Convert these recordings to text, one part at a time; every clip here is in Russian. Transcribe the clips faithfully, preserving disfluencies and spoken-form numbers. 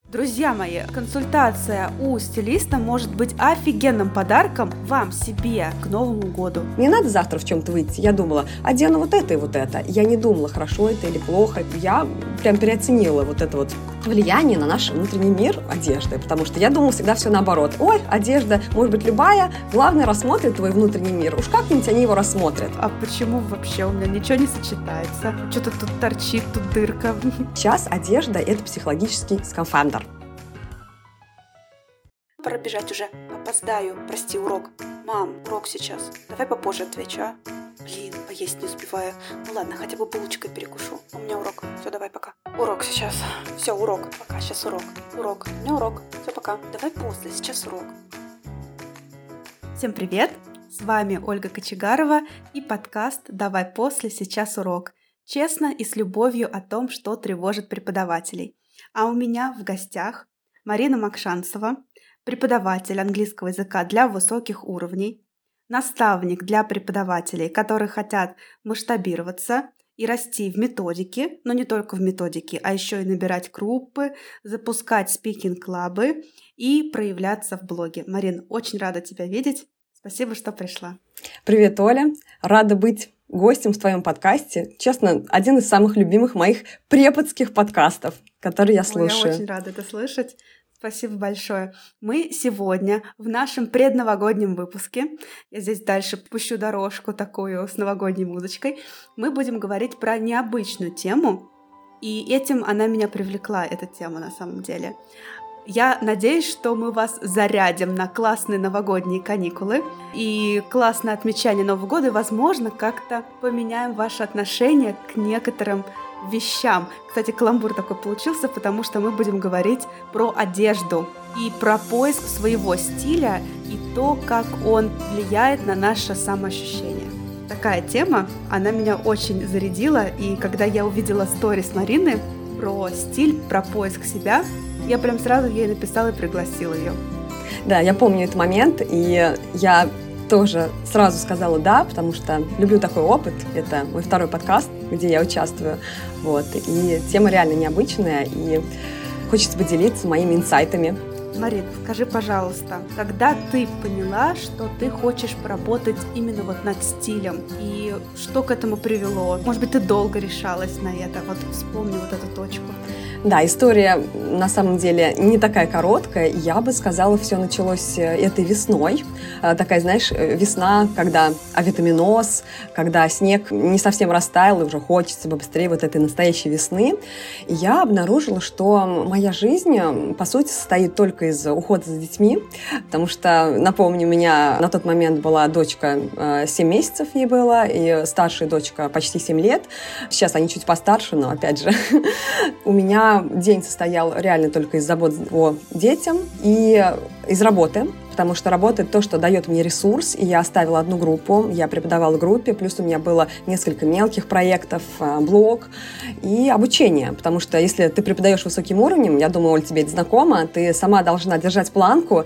Друзья мои, консультация у стилиста может быть офигенным подарком вам, себе, к Новому году. Не надо завтра в чем-то выйти. Я думала, одену вот это и вот это. Я не думала, хорошо это или плохо. Я прям переоценила вот это вот влияние на наш внутренний мир одежды, потому что я думала всегда все наоборот. Ой, одежда может быть любая, главное рассмотрит твой внутренний мир. Уж как-нибудь они его рассмотрят. А почему вообще у меня ничего не сочетается? Что-то тут торчит, тут дырка. Сейчас одежда – это психологический скафандр. Пора бежать уже. Опоздаю. Прости, урок. Мам, урок сейчас. Давай попозже отвечу, а? Блин, поесть не успеваю. Ну ладно, хотя бы булочкой перекушу. У меня урок. Все, давай, пока. Урок сейчас. Все, урок. Пока, сейчас урок. Урок. У меня урок. Все, пока. Давай после, сейчас урок. Всем привет! С вами Ольга Кочегарова и подкаст «Давай после, сейчас урок». Честно и с любовью о том, что тревожит преподавателей. А у меня в гостях Марина Макшанцева, преподаватель английского языка для высоких уровней, наставник для преподавателей, которые хотят масштабироваться и расти в методике, но не только в методике, а еще и набирать группы, запускать спикинг-клабы и проявляться в блоге. Марин, очень рада тебя видеть. Спасибо, что пришла. Привет, Оля. Рада быть гостем в твоем подкасте. Честно, один из самых любимых моих преподских подкастов, которые я слушаю. Ой, я очень рада это слышать. Спасибо большое. Мы сегодня в нашем предновогоднем выпуске, я здесь дальше пущу дорожку такую с новогодней музычкой, мы будем говорить про необычную тему, и этим она меня привлекла, эта тема на самом деле. Я надеюсь, что мы вас зарядим на классные новогодние каникулы и классное отмечание Нового года, и, возможно, как-то поменяем ваше отношение к некоторым вещам. Кстати, каламбур такой получился, потому что мы будем говорить про одежду и про поиск своего стиля и то, как он влияет на наше самоощущение. Такая тема, она меня очень зарядила, и когда я увидела сторис Марины про стиль, про поиск себя, я прям сразу ей написала и пригласила ее. Да, я помню этот момент, и я тоже сразу сказала «да», потому что люблю такой опыт. Это мой второй подкаст, где я участвую. Вот. И тема реально необычная, и хочется поделиться моими инсайтами. Марин, скажи, пожалуйста, когда ты поняла, что ты хочешь поработать именно вот над стилем, и что к этому привело? Может быть, ты долго решалась на это? Вот вспомни вот эту точку. Да, история на самом деле не такая короткая. Я бы сказала, все началось этой весной. Такая, знаешь, весна, когда авитаминоз, когда снег не совсем растаял, и уже хочется бы быстрее вот этой настоящей весны. И я обнаружила, что моя жизнь, по сути, состоит только из ухода за детьми, потому что, напомню, у меня на тот момент была дочка, семь месяцев ей было, и старшая дочка почти семь лет. Сейчас они чуть постарше, но, опять же, у меня день состоял реально только из забот о детям и из работы, потому что работа — это то, что дает мне ресурс, и я оставила одну группу, я преподавала в группе, плюс у меня было несколько мелких проектов, блог и обучение, потому что если ты преподаешь высоким уровнем, я думаю, Оль, тебе это знакомо, ты сама должна держать планку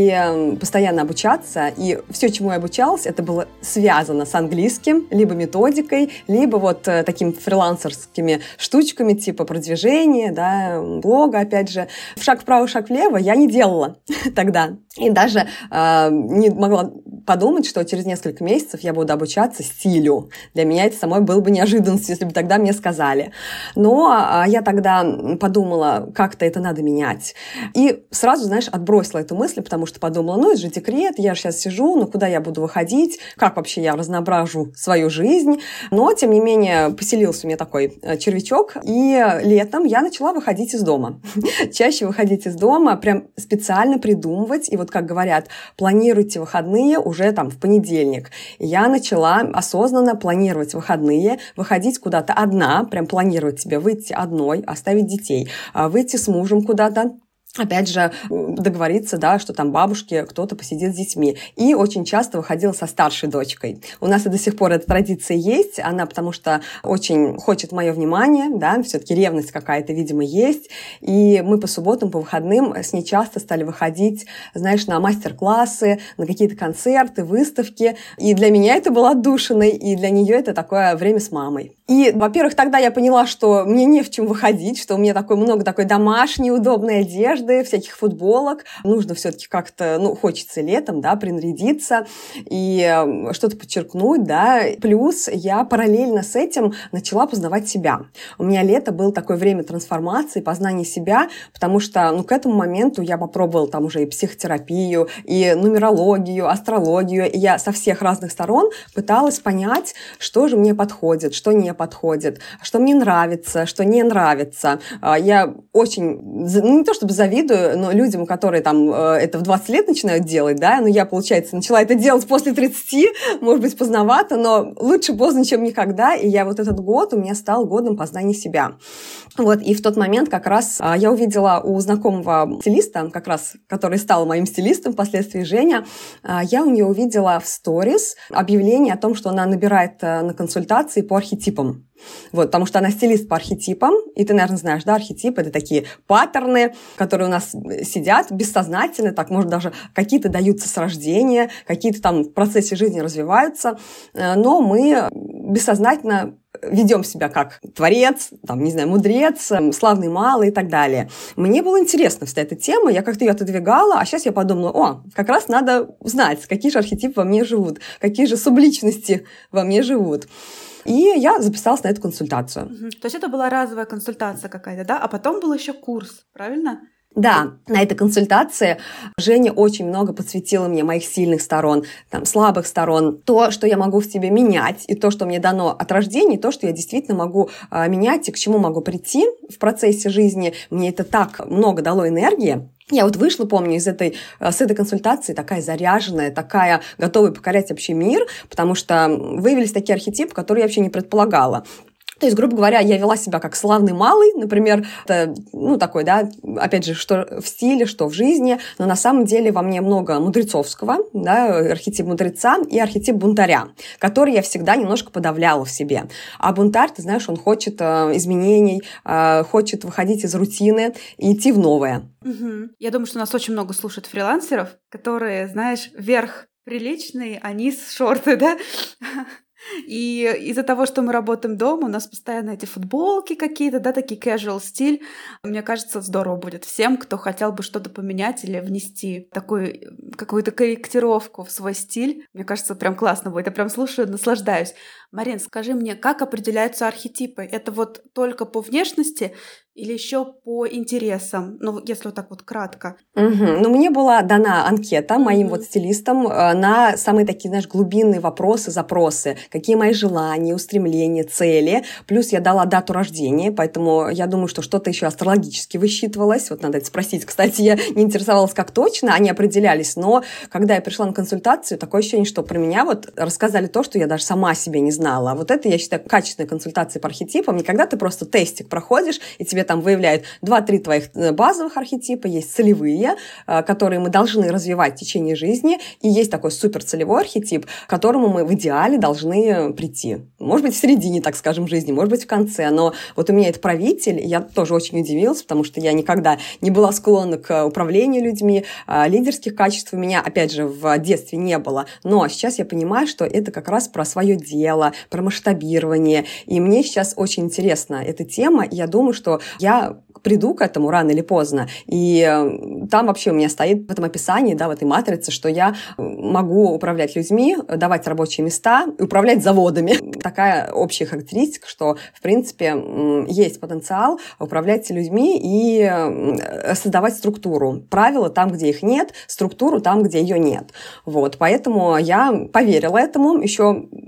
и постоянно обучаться, и все, чему я обучалась, это было связано с английским, либо методикой, либо вот такими фрилансерскими штучками, типа продвижения, да, блога, опять же. Шаг вправо, шаг влево я не делала тогда. И даже э, не могла подумать, что через несколько месяцев я буду обучаться стилю. Для меня это самой было бы неожиданностью, если бы тогда мне сказали. Но э, я тогда подумала, как-то это надо менять. И сразу, знаешь, отбросила эту мысль, потому что подумала, ну, это же декрет, я же сейчас сижу, ну, куда я буду выходить, как вообще я разноображу свою жизнь. Но, тем не менее, поселился у меня такой червячок, и летом я начала выходить из дома. Чаще выходить из дома, прям специально придумывать, и вот, как говорят, планируйте выходные уже там в понедельник. И я начала осознанно планировать выходные, выходить куда-то одна, прям планировать себе выйти одной, оставить детей, выйти с мужем куда-то, опять же, договориться, да, что там бабушке кто-то посидит с детьми. И очень часто выходила со старшей дочкой. У нас и до сих пор эта традиция есть. Она потому что очень хочет мое внимание, да, все-таки ревность какая-то, видимо, есть. И мы по субботам, по выходным с ней часто стали выходить, знаешь, на мастер-классы, на какие-то концерты, выставки. И для меня это было отдушиной, и для нее это такое время с мамой. И, во-первых, тогда я поняла, что мне не в чем выходить, что у меня такой, много такой домашней, удобной одежды, всяких футболок. Нужно все-таки как-то, ну, хочется летом, да, принарядиться и что-то подчеркнуть, да. Плюс я параллельно с этим начала познавать себя. У меня лето было такое время трансформации, познания себя, потому что, ну, к этому моменту я попробовала там уже и психотерапию, и нумерологию, астрологию, и я со всех разных сторон пыталась понять, что же мне подходит, что не подходит, что мне нравится, что не нравится. Я очень, ну, не то чтобы завидую, но людям, которые там это в двадцать лет начинают делать, да, но я, получается, начала это делать после тридцати, может быть, поздновато, но лучше поздно, чем никогда, и я вот этот год у меня стал годом познания себя. Вот, и в тот момент как раз я увидела у знакомого стилиста, как раз, который стал моим стилистом впоследствии, Женя, я у нее увидела в сторис объявление о том, что она набирает на консультации по архетипам. Вот, потому что она стилист по архетипам, и ты, наверное, знаешь, да, архетипы — это такие паттерны, которые у нас сидят бессознательно, так, может, даже какие-то даются с рождения, какие-то там в процессе жизни развиваются, но мы бессознательно ведем себя как творец, там, не знаю, мудрец, славный малый и так далее. Мне было интересно вся эта тема, я как-то ее отодвигала, а сейчас я подумала, о, как раз надо узнать, какие же архетипы во мне живут, какие же субличности во мне живут. И я записалась на эту консультацию. Угу. То есть это была разовая консультация какая-то, да? А потом был еще курс, правильно? Да, на этой консультации Женя очень много подсветила мне моих сильных сторон, там, слабых сторон, то, что я могу в себе менять, и то, что мне дано от рождения, и то, что я действительно могу а, менять, и к чему могу прийти в процессе жизни. Мне это так много дало энергии. Я вот вышла, помню, из этой, с этой консультации такая заряженная, такая готовая покорять вообще мир, потому что выявились такие архетипы, которые я вообще не предполагала. То есть, грубо говоря, я вела себя как славный малый, например, это, ну, такой, да, опять же, что в стиле, что в жизни, но на самом деле во мне много мудрецовского, да, архетип мудреца и архетип бунтаря, который я всегда немножко подавляла в себе. А бунтарь, ты знаешь, он хочет э, изменений, э, хочет выходить из рутины и идти в новое. Угу. Я думаю, что нас очень много слушают фрилансеров, которые, знаешь, верх приличный, а низ шорты, да? И из-за того, что мы работаем дома, у нас постоянно эти футболки какие-то, да, такие casual стиль. Мне кажется, здорово будет всем, кто хотел бы что-то поменять или внести такую какую-то корректировку в свой стиль. Мне кажется, прям классно будет. Я прям слушаю, наслаждаюсь. Марин, скажи мне, как определяются архетипы? Это вот только по внешности или еще по интересам? Ну, если вот так вот кратко. Угу. Ну, мне была дана анкета моим mm-hmm. вот стилистам на самые такие, знаешь, глубинные вопросы, запросы. Какие мои желания, устремления, цели. Плюс я дала дату рождения, поэтому я думаю, что что-то еще астрологически высчитывалось. Вот надо это спросить. Кстати, я не интересовалась, как точно они определялись, но когда я пришла на консультацию, такое ощущение, что про меня вот рассказали то, что я даже сама себе не знала. Вот это, я считаю, качественная консультация по архетипам. Не когда ты просто тестик проходишь, и тебе там выявляют два-три твоих базовых архетипа, есть целевые, которые мы должны развивать в течение жизни, и есть такой суперцелевой архетип, к которому мы в идеале должны прийти. Может быть, в середине, так скажем, жизни, может быть, в конце, но вот у меня это правитель, я тоже очень удивилась, потому что я никогда не была склонна к управлению людьми, лидерских качеств у меня, опять же, в детстве не было, но сейчас я понимаю, что это как раз про свое дело, про масштабирование, и мне сейчас очень интересна эта тема, и я думаю, что я приду к этому рано или поздно, и там вообще у меня стоит в этом описании, да, в этой матрице, что я могу управлять людьми, давать рабочие места и управлять заводами. Такая общая характеристика, что, в принципе, есть потенциал управлять людьми и создавать структуру. Правила там, где их нет, структуру там, где ее нет. Вот, поэтому я поверила этому еще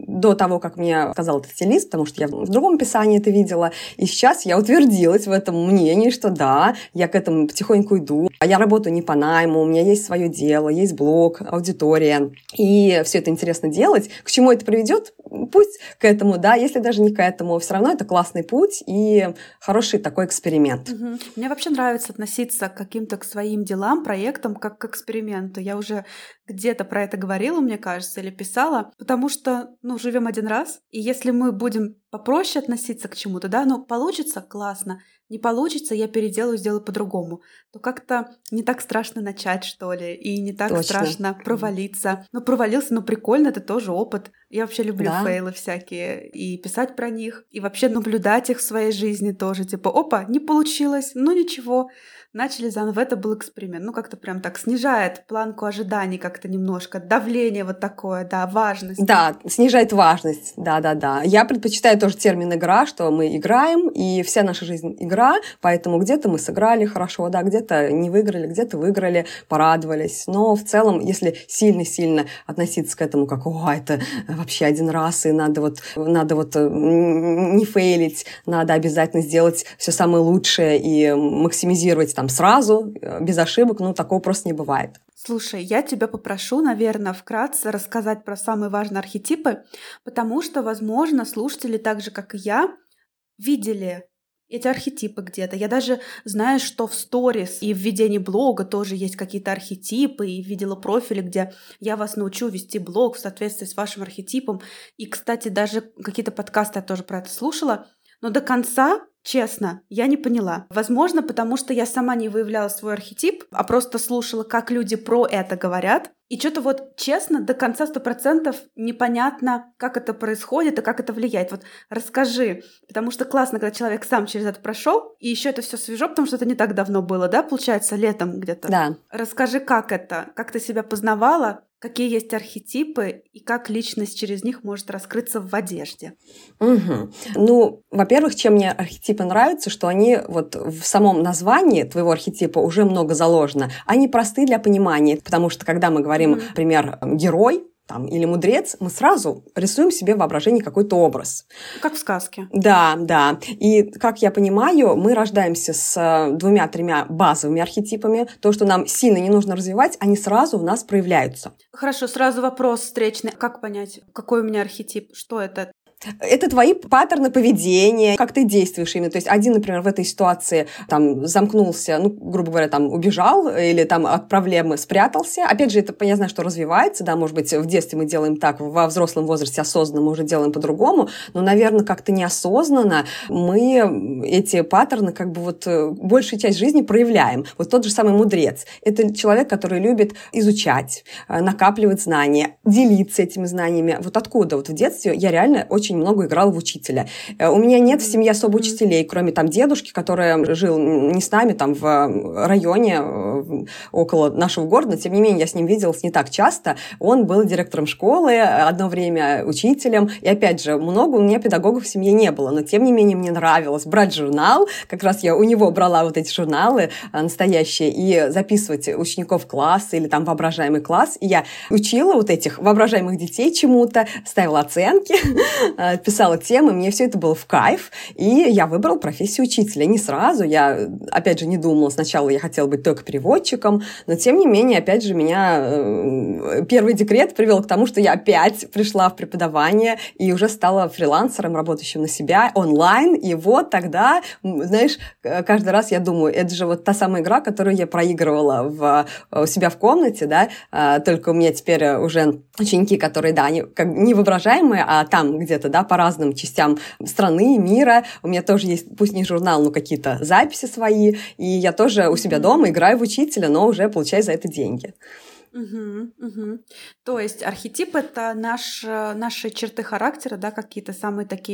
до того, как мне сказал этот стилист, потому что я в другом описании это видела, и сейчас я утвердилась в этом мнении, что да, я к этому потихоньку иду. Я работаю не по найму, у меня есть свое дело, есть блог, аудитория, и все это интересно делать. К чему это приведет? Пусть к этому, да, если даже не к этому, все равно это классный путь и хороший такой эксперимент. Угу. Мне вообще нравится относиться к каким-то к своим делам, проектам, как к эксперименту. Я уже где-то про это говорила, мне кажется, или писала, потому что, ну, живем один раз, и если мы будем попроще относиться к чему-то, да, ну, получится — классно, не получится — я переделаю, сделаю по-другому, то как-то не так страшно начать, что ли, и не так Точно. страшно провалиться. Ну, провалился, ну, прикольно, это тоже опыт. Я вообще люблю Да. фейлы всякие, и писать про них, и вообще наблюдать их в своей жизни тоже, типа, опа, не получилось, ну, ничего, начали заново, это был эксперимент. Ну, как-то прям так снижает планку ожиданий как-то немножко, давление вот такое, да, важность. Да, снижает важность, да-да-да. Я предпочитаю тоже термин «игра», что мы играем, и вся наша жизнь — игра, поэтому где-то мы сыграли хорошо, да, где-то не выиграли, где-то выиграли, порадовались. Но в целом, если сильно-сильно относиться к этому, как «О, это вообще один раз, и надо вот, надо вот не фейлить, надо обязательно сделать все самое лучшее и максимизировать там сразу, без ошибок», ну, такого просто не бывает. Слушай, я тебя попрошу, наверное, вкратце рассказать про самые важные архетипы, потому что, возможно, слушатели, так же, как и я, видели эти архетипы где-то. Я даже знаю, что в сторис и в ведении блога тоже есть какие-то архетипы, и видела профили, где я вас научу вести блог в соответствии с вашим архетипом. И, кстати, даже какие-то подкасты я тоже про это слушала, но до конца, честно, я не поняла. Возможно, потому что я сама не выявляла свой архетип, а просто слушала, как люди про это говорят. И что-то вот, честно, до конца сто процентов непонятно, как это происходит и как это влияет. Вот расскажи, потому что классно, когда человек сам через это прошел, и еще это все свежо, потому что это не так давно было, да, получается, летом где-то. Да. Расскажи, как это, как ты себя познавала, какие есть архетипы и как личность через них может раскрыться в одежде. Угу. Ну, во-первых, чем мне архетипы нравятся, что они вот в самом названии твоего архетипа уже много заложено. Они просты для понимания, потому что когда мы говорим, mm-hmm. например, герой, там, или мудрец, мы сразу рисуем себе в воображении какой-то образ. Как в сказке. Да, да. И, как я понимаю, мы рождаемся с двумя-тремя базовыми архетипами. То, что нам сильно не нужно развивать, они сразу в нас проявляются. Хорошо, сразу вопрос встречный. Как понять, какой у меня архетип? Что это? Это твои паттерны поведения, как ты действуешь именно. То есть один, например, в этой ситуации там замкнулся, ну, грубо говоря, там убежал или там от проблемы спрятался. Опять же, это, я знаю, что развивается, да, может быть, в детстве мы делаем так, во взрослом возрасте осознанно мы уже делаем по-другому, но, наверное, как-то неосознанно мы эти паттерны как бы вот большую часть жизни проявляем. Вот тот же самый мудрец. Это человек, который любит изучать, накапливать знания, делиться этими знаниями. Вот откуда? Вот в детстве я реально очень много играла в учителя. У меня нет в семье особо учителей, кроме там дедушки, который жил не с нами, там в районе около нашего города, но тем не менее я с ним виделась не так часто. Он был директором школы, одно время учителем, и опять же, много у меня педагогов в семье не было, но тем не менее мне нравилось брать журнал, как раз я у него брала вот эти журналы настоящие и записывать учеников класса или там воображаемый класс, и я учила вот этих воображаемых детей чему-то, ставила оценки, писала темы, мне все это было в кайф, и я выбрала профессию учителя. Не сразу, я, опять же, не думала, сначала я хотела быть только переводчиком, но, тем не менее, опять же, меня первый декрет привел к тому, что я опять пришла в преподавание и уже стала фрилансером, работающим на себя, онлайн, и вот тогда, знаешь, каждый раз я думаю, это же вот та самая игра, которую я проигрывала в, у себя в комнате, да, только у меня теперь уже ученики, которые, да, они как невоображаемые, а там где-то, да, по разным частям страны, мира. У меня тоже есть, пусть не журнал, но какие-то записи свои. И я тоже у себя дома играю в учителя, но уже получаю за это деньги. Угу, угу. То есть архетип — это наш, наши черты характера, да, какие-то самые такие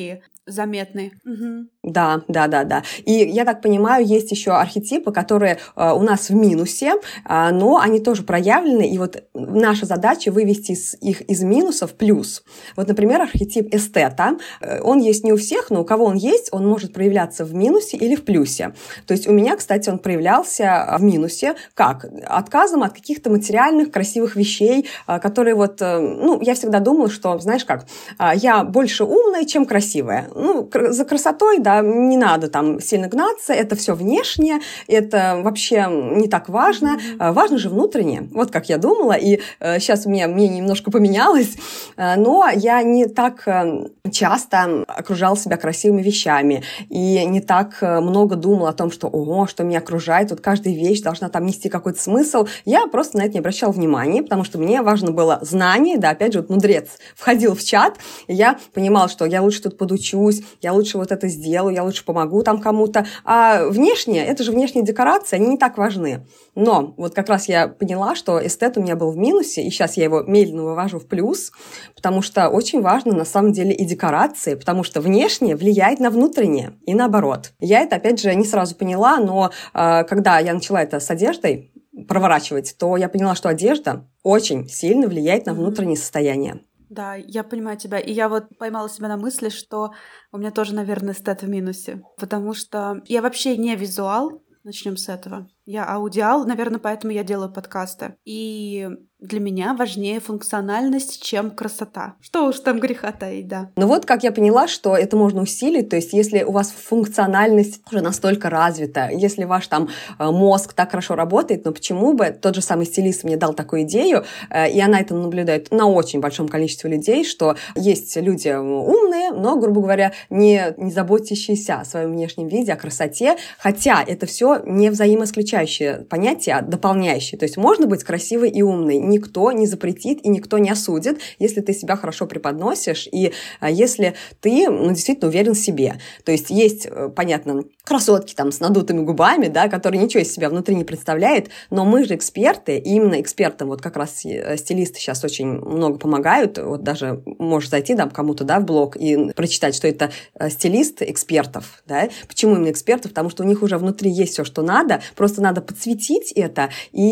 заметны. Угу. Да, да, да, да. И я так понимаю, есть еще архетипы, которые э, у нас в минусе, э, но они тоже проявлены, и вот наша задача вывести из, их из минуса в плюс. Вот, например, архетип эстета, э, он есть не у всех, но у кого он есть, он может проявляться в минусе или в плюсе. То есть у меня, кстати, он проявлялся в минусе, как? Отказом от каких-то материальных, красивых вещей, э, которые вот, э, ну, я всегда думала, что, знаешь как, э, я больше умная, чем красивая. Ну, кр- за красотой, да, не надо там сильно гнаться, это все внешнее, это вообще не так важно, mm-hmm. важно же внутреннее, вот как я думала, и э, сейчас у меня мнение немножко поменялось, э, но я не так э, часто окружала себя красивыми вещами, и не так много думала о том, что, ого, что меня окружает, вот каждая вещь должна там нести какой-то смысл, я просто на это не обращала внимания, потому что мне важно было знание, да, опять же, вот мудрец входил в чат, и я понимала, что я лучше тут подучусь, я лучше вот это сделаю, я лучше помогу там кому-то. А внешнее, это же внешние декорации, они не так важны. Но вот как раз я поняла, что эстет у меня был в минусе, и сейчас я его медленно вывожу в плюс, потому что очень важно на самом деле и декорации, потому что внешнее влияет на внутреннее, и наоборот. Я это, опять же, не сразу поняла, но э, когда я начала это с одеждой проворачивать, то я поняла, что одежда очень сильно влияет на внутреннее состояние. Да, я понимаю тебя. И я вот поймала себя на мысли, что у меня тоже, наверное, эстет в минусе. Потому что я вообще не визуал. Начнем с этого. Я аудиал, наверное, поэтому я делаю подкасты. И для меня важнее функциональность, чем красота. Что уж там греха таить, да. Ну вот как я поняла, что это можно усилить, то есть если у вас функциональность уже настолько развита, если ваш там мозг так хорошо работает, но почему бы, тот же самый стилист мне дал такую идею, и она это наблюдает на очень большом количестве людей, что есть люди умные, но, грубо говоря, не, не заботящиеся о своем внешнем виде, о красоте, хотя это все не взаимоисключающие понятия, а дополняющие. То есть можно быть красивой и умной, никто не запретит и никто не осудит, если ты себя хорошо преподносишь и если ты, ну, действительно уверен в себе. То есть есть, понятно, красотки там с надутыми губами, да, которые ничего из себя внутри не представляют, но мы же эксперты, и именно экспертам вот как раз стилисты сейчас очень много помогают, вот даже можешь зайти там кому-то, да, в блог и прочитать, что это стилист экспертов, да. Почему именно экспертов? Потому что у них уже внутри есть все, что надо, просто надо подсветить это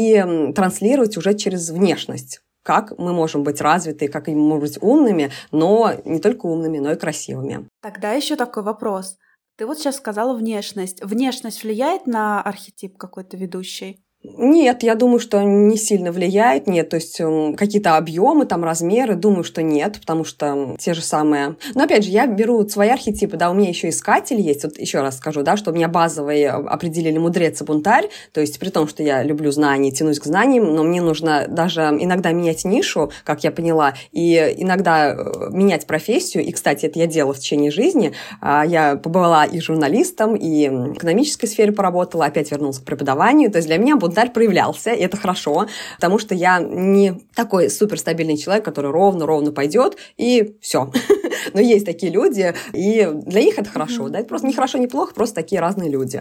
и транслировать уже через внешность. Как мы можем быть развиты, как мы можем быть умными, но не только умными, но и красивыми. Тогда еще такой вопрос. Ты вот сейчас сказала внешность. Внешность влияет на архетип какой-то ведущий? Нет, я думаю, что не сильно влияет, нет, то есть какие-то объемы, там, размеры, думаю, что нет, потому что те же самые... Но, опять же, я беру свои архетипы, да, у меня еще искатель есть, вот еще раз скажу, да, что у меня базовые определили мудрец и бунтарь, то есть при том, что я люблю знания, тянусь к знаниям, но мне нужно даже иногда менять нишу, как я поняла, и иногда менять профессию, и, кстати, это я делала в течение жизни, я побывала и журналистом, и в экономической сфере поработала, опять вернулась к преподаванию, то есть для меня бунтарь проявлялся, и это хорошо, потому что я не такой суперстабильный человек, который ровно-ровно пойдет, и все. Но есть такие люди, и для них это хорошо. Mm-hmm. Да? Это просто не хорошо, не плохо, просто такие разные люди.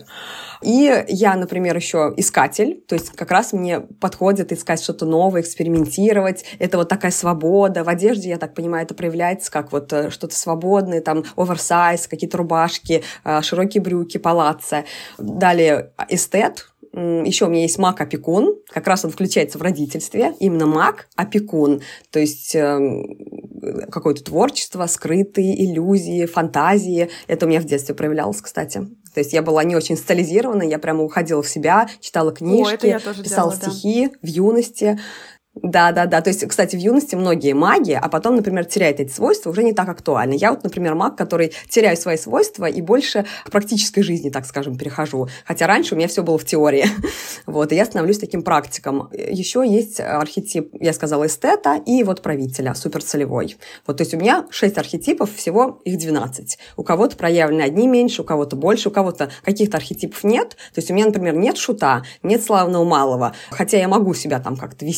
И я, например, еще искатель, то есть как раз мне подходит искать что-то новое, экспериментировать. Это вот такая свобода. В одежде, я так понимаю, это проявляется как вот что-то свободное, там оверсайз, какие-то рубашки, широкие брюки, палаццо. Далее эстет. Еще у меня есть маг-опекун, как раз он включается в родительстве, именно маг-опекун, то есть э, какое-то творчество, скрытые иллюзии, фантазии. Это у меня в детстве проявлялось, кстати. То есть я была не очень социализирована, я прямо уходила в себя, читала книжки, О, писала делала, стихи да. в юности. Да-да-да, то есть, кстати, в юности многие маги, а потом, например, теряют эти свойства, уже не так актуальны. Я вот, например, маг, который теряю свои свойства и больше к практической жизни, так скажем, перехожу. Хотя раньше у меня все было в теории. Вот, и я становлюсь таким практиком. Еще есть архетип, я сказала, эстета и вот правителя, суперцелевой. Вот, то есть у меня шесть архетипов, всего их двенадцать. У кого-то проявлены одни меньше, у кого-то больше, у кого-то каких-то архетипов нет. То есть у меня, например, нет шута, нет славного малого, хотя я могу себя там как-то вести и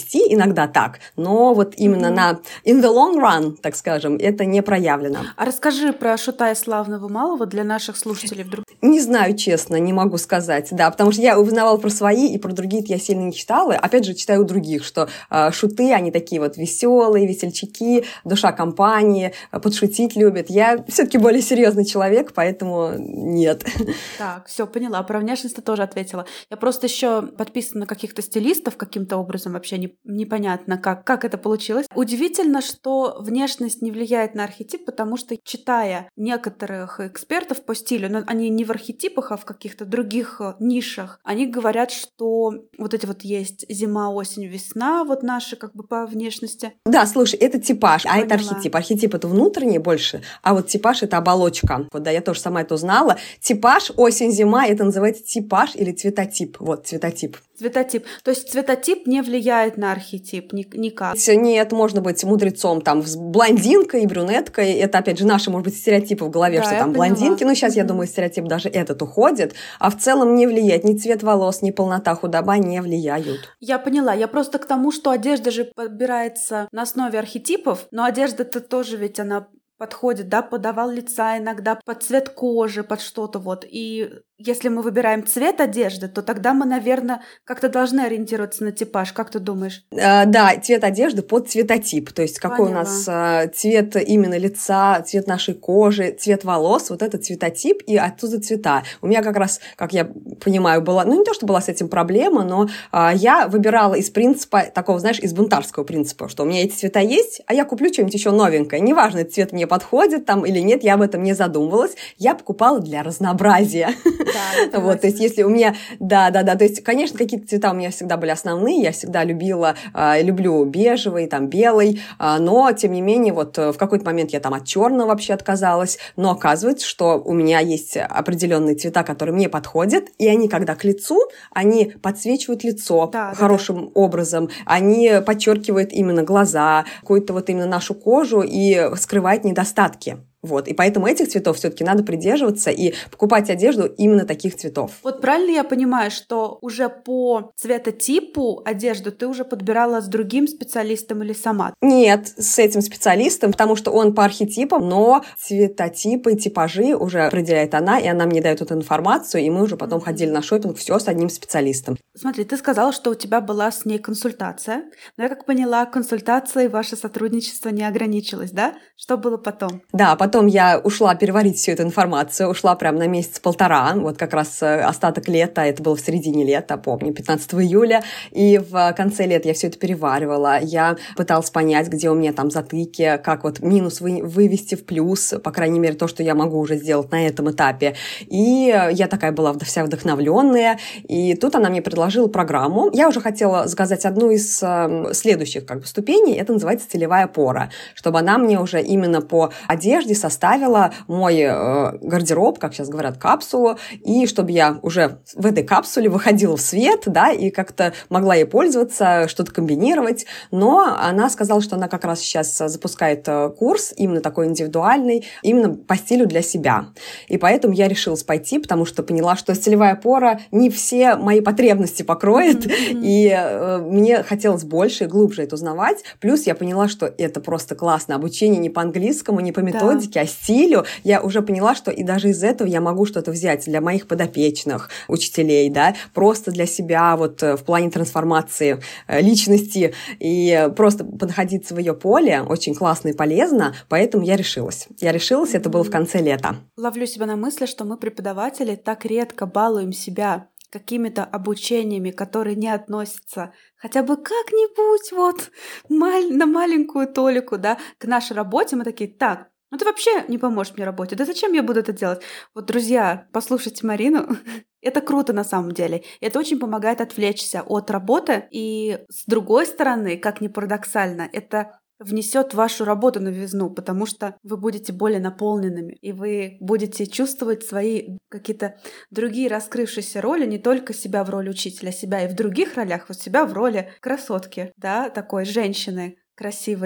иногда так, но вот именно mm-hmm. на in the long run, так скажем, это не проявлено. А расскажи про Шутая Славного Малого для наших слушателей вдруг. Не знаю, честно, не могу сказать, да, потому что я узнавала про свои, и про другие я сильно не читала. Опять же, читаю у других, что э, шуты, они такие вот веселые, весельчаки, душа компании, подшутить любят. Я все-таки более серьезный человек, поэтому нет. Так, все, поняла. Про внешность ты тоже ответила. Я просто еще подписана на каких-то стилистов каким-то образом, вообще не, непонятно, как, как это получилось. Удивительно, что внешность не влияет на архетип, потому что, читая некоторых экспертов по стилю, но они не в архетипах, а в каких-то других нишах, они говорят, что вот эти вот есть зима, осень, весна, вот наши как бы по внешности. Да, слушай, это типаж, Поняла. А это архетип. Архетип — это внутренний больше, а вот типаж — это оболочка. Вот, да, я тоже сама это узнала. Типаж, осень, зима — это называется типаж или цветотип. Вот, цветотип. Цветотип. То есть цветотип не влияет на архетип никак? Нет, можно быть мудрецом там с блондинкой и брюнеткой. Это, опять же, наши, может быть, стереотипы в голове, да, что там поняла. Блондинки. Но сейчас, mm-hmm. я думаю, стереотип даже этот уходит. А в целом не влияет. Ни цвет волос, ни полнота, худоба не влияют. Я поняла. Я просто к тому, что одежда же подбирается на основе архетипов, но одежда-то тоже ведь она подходит, да, под овал лица иногда, под цвет кожи, под что-то вот. И если мы выбираем цвет одежды, то тогда мы, наверное, как-то должны ориентироваться на типаж. Как ты думаешь? А, да, цвет одежды под цветотип. То есть какой Поняла. У нас а, цвет именно лица, цвет нашей кожи, цвет волос, вот это цветотип, и оттуда цвета. У меня как раз, как я понимаю, была, ну не то, что была с этим проблема, но а, я выбирала из принципа, такого, знаешь, из бунтарского принципа, что у меня эти цвета есть, а я куплю что-нибудь еще новенькое. Неважно, этот цвет мне подходит там или нет, я об этом не задумывалась. Я покупала для разнообразия. Да, вот, то есть, если у меня, да, да, да, то есть, конечно, какие-то цвета у меня всегда были основные, я всегда любила, э, люблю бежевый, там, белый, э, но, тем не менее, вот в какой-то момент я там от черного вообще отказалась, но оказывается, что у меня есть определенные цвета, которые мне подходят, и они, когда к лицу, они подсвечивают лицо да, хорошим да, да. образом, они подчеркивают именно глаза, какую-то вот именно нашу кожу и скрывают недостатки. Вот, и поэтому этих цветов все-таки надо придерживаться и покупать одежду именно таких цветов. Вот правильно я понимаю, что уже по цветотипу одежду ты уже подбирала с другим специалистом или сама? Нет, с этим специалистом, потому что он по архетипам, но цветотипы, типажи уже определяет она, и она мне дает эту информацию, и мы уже потом ходили на шопинг, все с одним специалистом. Смотри, ты сказала, что у тебя была с ней консультация, но я как поняла, консультацией ваше сотрудничество не ограничилось, да? Что было потом? Да, потом Потом я ушла переварить всю эту информацию, ушла прям на месяц-полтора, вот как раз остаток лета, это было в середине лета, помню, пятнадцатого июля, и в конце лета я все это переваривала, я пыталась понять, где у меня там затыки, как вот минус вы, вывести в плюс, по крайней мере, то, что я могу уже сделать на этом этапе, и я такая была вся вдохновленная, и тут она мне предложила программу, я уже хотела заказать одну из следующих как бы ступеней, это называется целевая опора, чтобы она мне уже именно по одежде составила мой э, гардероб, как сейчас говорят, капсулу, и чтобы я уже в этой капсуле выходила в свет, да, и как-то могла ей пользоваться, что-то комбинировать, но она сказала, что она как раз сейчас запускает курс, именно такой индивидуальный, именно по стилю для себя, и поэтому я решилась пойти, потому что поняла, что целевая опора не все мои потребности покроет, mm-hmm. и э, мне хотелось больше и глубже это узнавать, плюс я поняла, что это просто классно, обучение не по английскому, не по методике, да. а стилю, я уже поняла, что и даже из этого я могу что-то взять для моих подопечных учителей, да, просто для себя вот в плане трансформации личности и просто подходиться в ее поле очень классно и полезно, поэтому я решилась. Я решилась, mm-hmm. это было в конце лета. Ловлю себя на мысли, что мы, преподаватели, так редко балуем себя какими-то обучениями, которые не относятся хотя бы как-нибудь вот маль- на маленькую толику, да, к нашей работе. Мы такие, так, ну ты вообще не поможешь мне работать, да зачем я буду это делать? Вот, друзья, послушайте Марину, это круто на самом деле, это очень помогает отвлечься от работы, и с другой стороны, как ни парадоксально, это внесет в вашу работу новизну, потому что вы будете более наполненными, и вы будете чувствовать свои какие-то другие раскрывшиеся роли, не только себя в роли учителя, себя и в других ролях, вот себя в роли красотки, да, такой женщины красивой,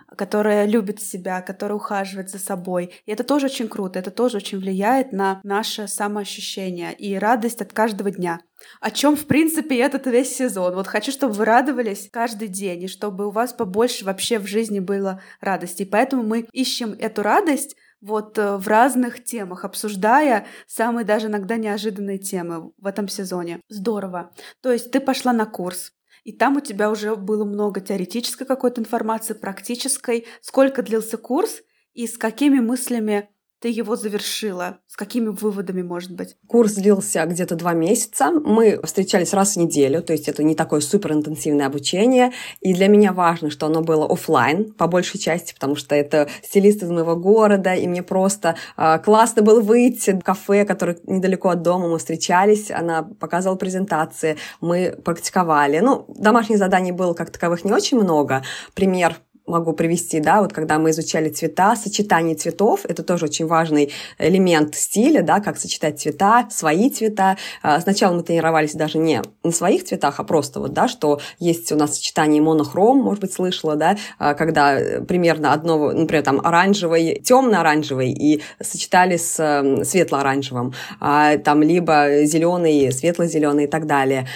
которая любит себя, которая ухаживает за собой. И это тоже очень круто, это тоже очень влияет на наше самоощущение и радость от каждого дня. О чем, в принципе, этот весь сезон. Вот хочу, чтобы вы радовались каждый день, и чтобы у вас побольше вообще в жизни было радости. И поэтому мы ищем эту радость вот в разных темах, обсуждая самые даже иногда неожиданные темы в этом сезоне. Здорово. То есть ты пошла на курс, и там у тебя уже было много теоретической какой-то информации, практической. Сколько длился курс и с какими мыслями ты его завершила? С какими выводами, может быть? Курс длился где-то два месяца. Мы встречались раз в неделю, то есть это не такое суперинтенсивное обучение. И для меня важно, что оно было офлайн по большей части, потому что это стилист из моего города, и мне просто э, классно было выйти в кафе, которое недалеко от дома. Мы встречались, она показывала презентации, мы практиковали. Ну, домашних заданий было как таковых не очень много. Пример могу привести, да, вот когда мы изучали цвета, сочетание цветов, это тоже очень важный элемент стиля, да, как сочетать цвета, свои цвета. Сначала мы тренировались даже не на своих цветах, а просто вот, да, что есть у нас сочетание монохром, может быть, слышала, да, когда примерно одного, например, там оранжевый, темно-оранжевый и сочетали с светло-оранжевым, там либо зеленый, светло-зеленый и так далее.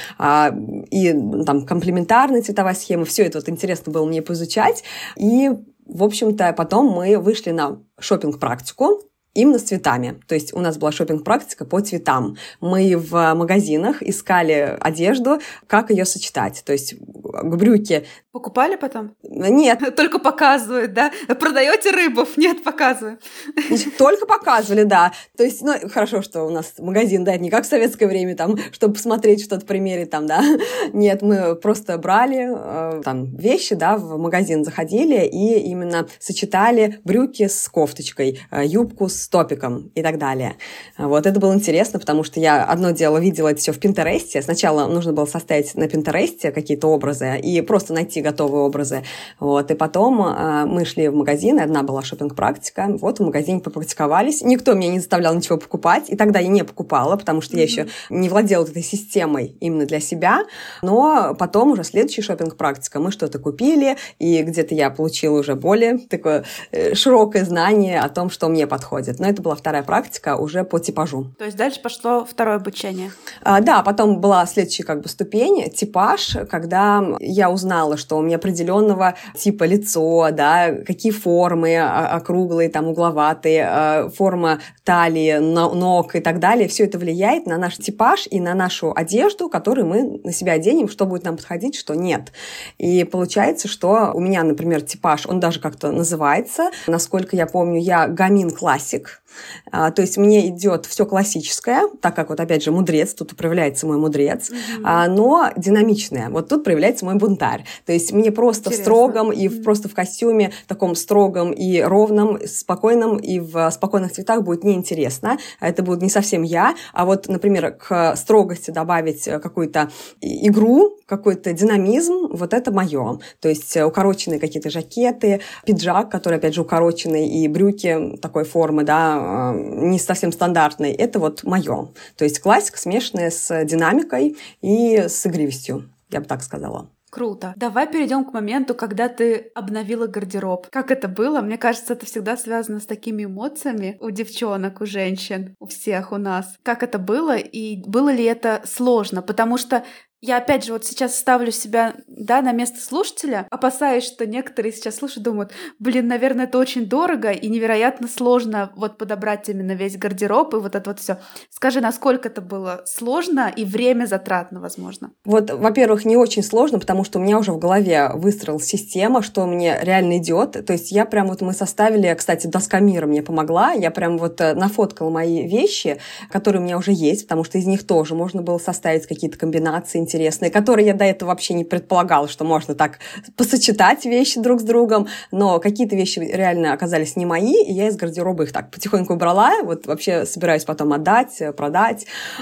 И там комплементарная цветовая схема, все это вот интересно было мне поизучать. И, в общем-то, потом мы вышли на шопинг-практику именно с цветами. То есть у нас была шопинг-практика по цветам. Мы в магазинах искали одежду, как ее сочетать. То есть брюки... Покупали потом? Нет. Только показывают, да? Продаете рыбов? Нет, показываю. Только показывали, да. То есть, ну, хорошо, что у нас магазин, да, не как в советское время, там, чтобы посмотреть что-то, примерить там, да. Нет, мы просто брали э, там вещи, да, в магазин заходили и именно сочетали брюки с кофточкой, э, юбку с топиком и так далее. Вот, это было интересно, потому что я одно дело видела это все в Пинтересте. Сначала нужно было составить на Пинтересте какие-то образы и просто найти готовые образы. Вот, и потом э, мы шли в магазин, одна была шопинг-практика, вот в магазине попрактиковались. Никто меня не заставлял ничего покупать, и тогда я не покупала, потому что mm-hmm. я еще не владела этой системой именно для себя. Но потом уже следующая шопинг-практика, мы что-то купили, и где-то я получила уже более такое э, широкое знание о том, что мне подходит. Но это была вторая практика уже по типажу. То есть дальше пошло второе обучение? А, да, потом была следующая как бы ступень, типаж, когда я узнала, что у меня определенного типа лицо, да, какие формы, округлые, там, угловатые, форма талии, ног и так далее. Все это влияет на наш типаж и на нашу одежду, которую мы на себя оденем, что будет нам подходить, что нет. И получается, что у меня, например, типаж, он даже как-то называется, насколько я помню, я гамин классик. А, то есть мне идет все классическое, так как вот опять же мудрец, тут проявляется мой мудрец, mm-hmm. а, но динамичное. Вот тут проявляется мой бунтарь. То есть мне просто Интересно. в строгом и mm-hmm. просто в костюме таком строгом и ровном, спокойном и в спокойных цветах будет неинтересно. Это будет не совсем я. А вот, например, к строгости добавить какую-то игру, какой-то динамизм, вот это мое. То есть укороченные какие-то жакеты, пиджак, который опять же укороченный, и брюки такой формы, да, не совсем стандартной, это вот мое. То есть классика, смешанная с динамикой и с игривостью, я бы так сказала. Круто. Давай перейдем к моменту, когда ты обновила гардероб. Как это было? Мне кажется, это всегда связано с такими эмоциями у девчонок, у женщин, у всех у нас. Как это было и было ли это сложно? Потому что я, опять же, вот сейчас ставлю себя, да, на место слушателя, опасаюсь, что некоторые сейчас слушают, думают, блин, наверное, это очень дорого и невероятно сложно вот подобрать именно весь гардероб и вот это вот все. Скажи, насколько это было сложно и время затратно, возможно? Вот, во-первых, не очень сложно, потому что у меня уже в голове выстроилась система, что мне реально идет. То есть я прям вот мы составили, кстати, доска мира мне помогла, я прям вот нафоткала мои вещи, которые у меня уже есть, потому что из них тоже можно было составить какие-то комбинации интересные, которые я до этого вообще не предполагала, что можно так посочетать вещи друг с другом, но какие-то вещи реально оказались не мои, и я из гардероба их так потихоньку убрала, вот вообще собираюсь потом отдать, продать,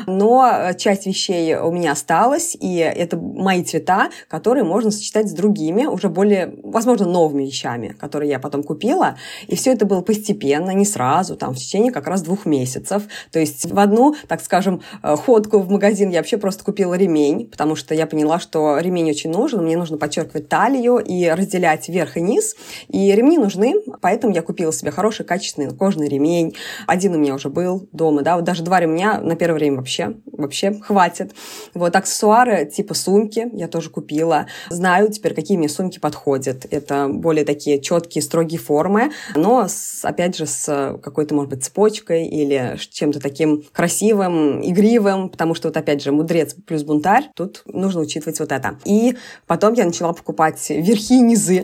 но часть вещей у меня осталась, и это мои цвета, которые можно сочетать с другими, уже более, возможно, новыми вещами, которые я потом купила, и все это было постепенно, не сразу, там, в течение как раз двух месяцев, то есть в одну, так скажем, ходку в магазин я вообще просто купила ремень, потому что я поняла, что ремень очень нужен, мне нужно подчеркивать талию и разделять верх и низ, и ремни нужны, поэтому я купила себе хороший, качественный кожаный ремень. Один у меня уже был дома, да, вот даже два ремня на первое время вообще, вообще хватит. Вот аксессуары типа сумки я тоже купила. Знаю теперь, какие мне сумки подходят. Это более такие четкие, строгие формы, но, с, опять же, с какой-то, может быть, цепочкой или чем-то таким красивым, игривым, потому что, вот опять же, мудрец плюс бунтарь, тут нужно учитывать вот это. И потом я начала покупать верхи и низы.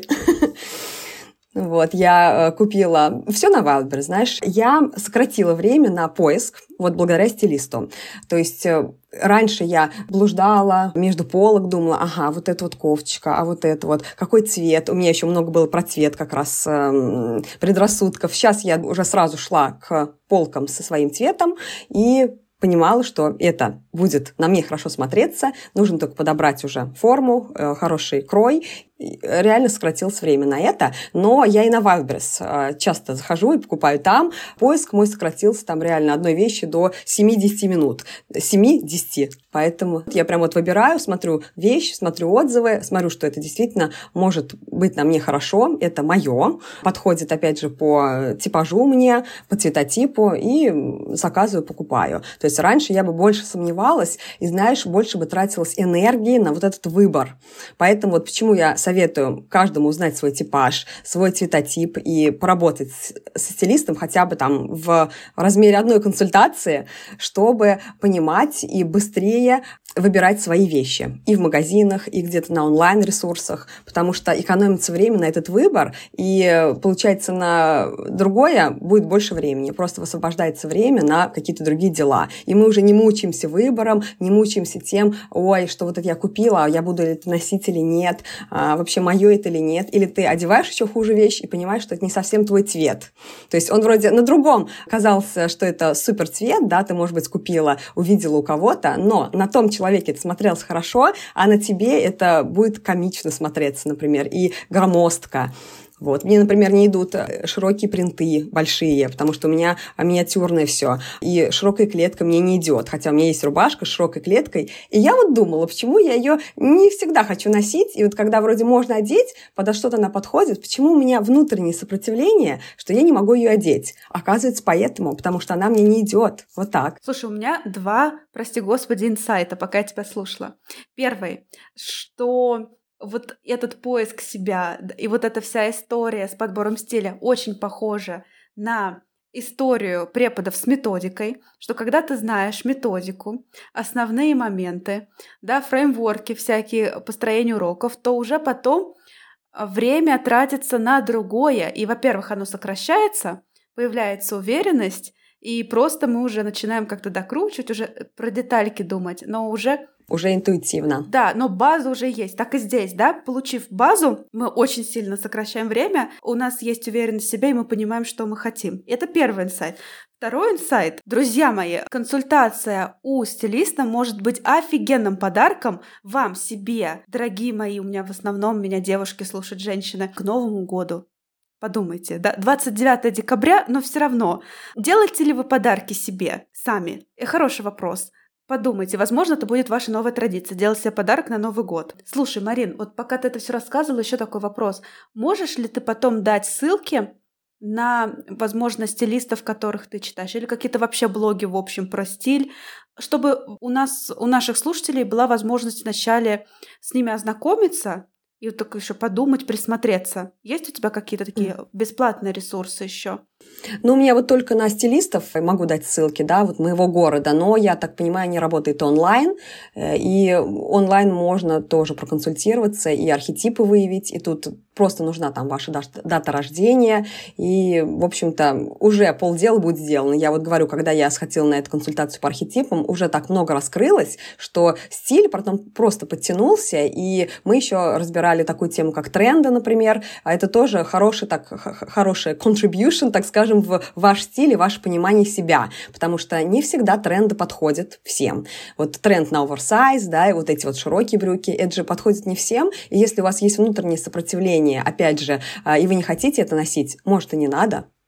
Вот, я купила все на Wildberries, знаешь. Я сократила время на поиск, вот благодаря стилисту. То есть раньше я блуждала между полок, думала, ага, вот эта вот кофточка, а вот это вот, какой цвет. У меня еще много было про цвет как раз э, предрассудков. Сейчас я уже сразу шла к полкам со своим цветом и понимала, что это будет на мне хорошо смотреться, нужно только подобрать уже форму, э, хороший крой. Реально сократилось время на это, но я и на Wildberries часто захожу и покупаю там. Поиск мой сократился там реально одной вещи до семь-десять минут. семь-десять. Поэтому я прям вот выбираю, смотрю вещь, смотрю отзывы, смотрю, что это действительно может быть на мне хорошо, это мое, подходит, опять же, по типажу мне, по цветотипу, и заказываю, покупаю. То есть раньше я бы больше сомневалась и, знаешь, больше бы тратилась энергии на вот этот выбор. Поэтому вот почему я советую каждому узнать свой типаж, свой цветотип и поработать со стилистом хотя бы там в размере одной консультации, чтобы понимать и быстрее выбирать свои вещи и в магазинах, и где-то на онлайн-ресурсах, потому что экономится время на этот выбор, и получается на другое будет больше времени, просто высвобождается время на какие-то другие дела. И мы уже не мучаемся выбором, не мучаемся тем, ой, что вот это я купила, я буду это носить или нет, а вообще мое это или нет. Или ты одеваешь еще хуже вещь и понимаешь, что это не совсем твой цвет. То есть он вроде на другом казался, что это супер цвет, да, ты, может быть, купила, увидела у кого-то, но на том человеке это смотрелось хорошо, а на тебе это будет комично смотреться, например, и громоздко. Вот. Мне, например, не идут широкие принты большие, потому что у меня миниатюрное все. И широкая клетка мне не идет. Хотя у меня есть рубашка с широкой клеткой. И я вот думала, почему я ее не всегда хочу носить. И вот когда вроде можно одеть, подо что-то она подходит, почему у меня внутреннее сопротивление, что я не могу ее одеть? Оказывается, поэтому, потому что она мне не идет. Вот так. Слушай, у меня два, прости господи, инсайта, пока я тебя слушала. Первый, что вот этот поиск себя и вот эта вся история с подбором стиля очень похожа на историю преподов с методикой, что когда ты знаешь методику, основные моменты, да, фреймворки всякие построения уроков, то уже потом время тратится на другое. И, во-первых, оно сокращается, появляется уверенность, и просто мы уже начинаем как-то докручивать, уже про детальки думать, но уже... Уже интуитивно. Да, но база уже есть. Так и здесь, да, получив базу, мы очень сильно сокращаем время, у нас есть уверенность в себе, и мы понимаем, что мы хотим. Это первый инсайт. Второй инсайт. Друзья мои, консультация у стилиста может быть офигенным подарком вам, себе. Дорогие мои, у меня в основном меня девушки слушают, женщины, к Новому году. Подумайте, да, двадцать девятого декабря, но все равно. Делаете ли вы подарки себе сами? И хороший вопрос. Подумайте, возможно, это будет ваша новая традиция, делать себе подарок на Новый год. Слушай, Марин, вот пока ты это все рассказывала, еще такой вопрос. Можешь ли ты потом дать ссылки на, возможно, стилистов, которых ты читаешь, или какие-то вообще блоги, в общем, про стиль, чтобы у нас, у наших слушателей была возможность вначале с ними ознакомиться и вот так еще подумать, присмотреться. Есть у тебя какие-то такие бесплатные ресурсы еще? Ну, у меня вот только на стилистов могу дать ссылки, да, вот моего города, но, я так понимаю, они работают онлайн, и онлайн можно тоже проконсультироваться и архетипы выявить, и тут просто нужна там ваша дата рождения, и, в общем-то, уже полдела будет сделано. Я вот говорю, когда я сходила на эту консультацию по архетипам, уже так много раскрылось, что стиль потом просто подтянулся, и мы еще разбирали такую тему, как тренды, например, а это тоже хороший, так, хороший contribution, так скажем, в ваш стиль и ваше понимание себя, потому что не всегда тренды подходят всем. Вот тренд на оверсайз, да, и вот эти вот широкие брюки, это же подходит не всем, и если у вас есть внутреннее сопротивление, опять же, и вы не хотите это носить, может, и не надо.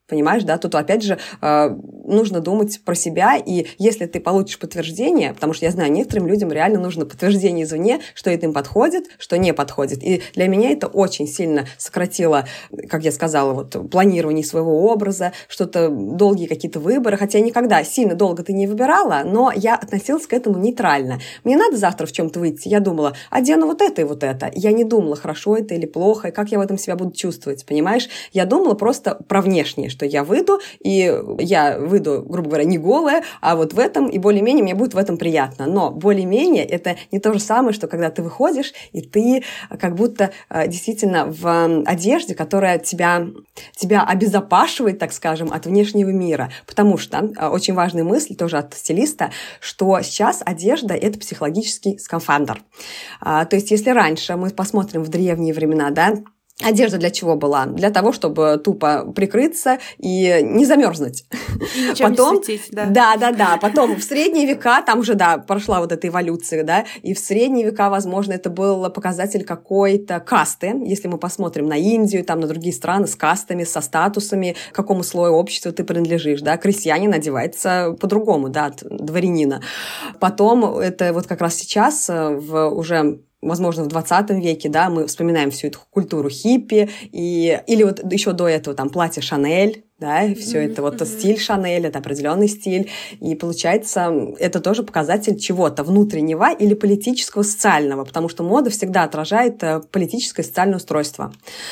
Понимаешь, да, тут опять же нужно думать про себя, и если ты получишь подтверждение, потому что я знаю, некоторым людям реально нужно подтверждение извне, что это им подходит, что не подходит. И для меня это очень сильно сократило, как я сказала, вот планирование своего образа, что-то долгие какие-то выборы, хотя я никогда сильно долго ты не выбирала, но я относилась к этому нейтрально. Мне надо завтра в чем-то выйти, я думала, одену вот это и вот это. Я не думала, хорошо это или плохо, и как я в этом себя буду чувствовать, понимаешь? Я думала просто про внешнее, что я выйду, и я выйду, грубо говоря, не голая, а вот в этом, и более-менее мне будет в этом приятно. Но более-менее это не то же самое, что когда ты выходишь, и ты как будто действительно в одежде, которая тебя, тебя обезопашивает, так скажем, от внешнего мира. Потому что очень важная мысль тоже от стилиста, что сейчас одежда – это психологический скафандр. То есть если раньше мы посмотрим в древние времена, да, одежда для чего была? Для того, чтобы тупо прикрыться и не замерзнуть. И ничем потом, не светить, да. Да, да, да. Потом в средние века, там уже, да, прошла вот эта эволюция, да, и в средние века, возможно, это был показатель какой-то касты. Если мы посмотрим на Индию, там, на другие страны с кастами, со статусами, к какому слою общества ты принадлежишь, да. Крестьянин одевается по-другому, да, от дворянина. Потом это вот как раз сейчас в уже... возможно, в двадцатом веке, да, мы вспоминаем всю эту культуру хиппи, и, или вот еще до этого там платье Шанель, да, и все mm-hmm. это вот mm-hmm. стиль Шанель, это определенный стиль, и получается, это тоже показатель чего-то внутреннего или политического, социального, потому что мода всегда отражает политическое и социальное устройство.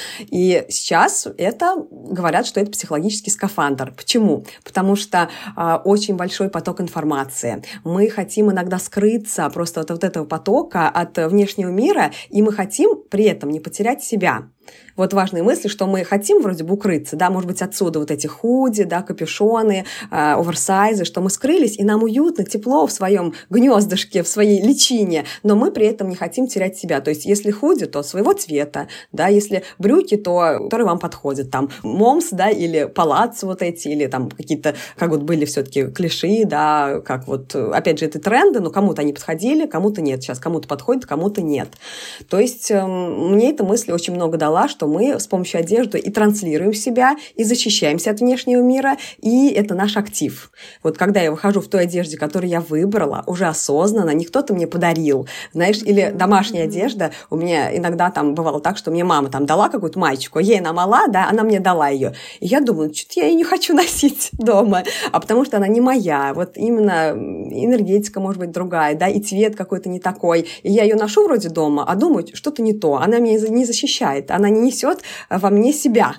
И сейчас это, говорят, что это психологический скафандр. Почему? Потому что э, очень большой поток информации. Мы хотим иногда скрыться просто от вот этого потока, от внешнего мира, и мы хотим при этом не потерять себя. Вот важные мысли, что мы хотим вроде бы укрыться, да, может быть, отсюда вот эти худи, да, капюшоны, э, оверсайзы, что мы скрылись, и нам уютно, тепло в своем гнездышке, в своей личине, но мы при этом не хотим терять себя. То есть, если худи, то своего цвета, да, если брюки, то которые вам подходят, там, момс, да, или палаццо вот эти, или там какие-то, как вот были все-таки клиши, да, как вот, опять же, это тренды, но кому-то они подходили, кому-то нет. Сейчас кому-то подходит, кому-то нет. То есть, э, мне эта мысль очень много дала, что мы с помощью одежды и транслируем себя, и защищаемся от внешнего мира, и это наш актив. Вот когда я выхожу в той одежде, которую я выбрала, уже осознанно, не кто-то мне подарил, знаешь, или домашняя одежда, у меня иногда там бывало так, что мне мама там дала какую-то маечку, ей она мала, да, она мне дала ее, и я думаю, что-то я ее не хочу носить дома, а потому что она не моя, вот именно энергетика может быть другая, да, и цвет какой-то не такой, и я ее ношу вроде дома, а думаю, что-то не то, она меня не защищает, она не несет во мне себя.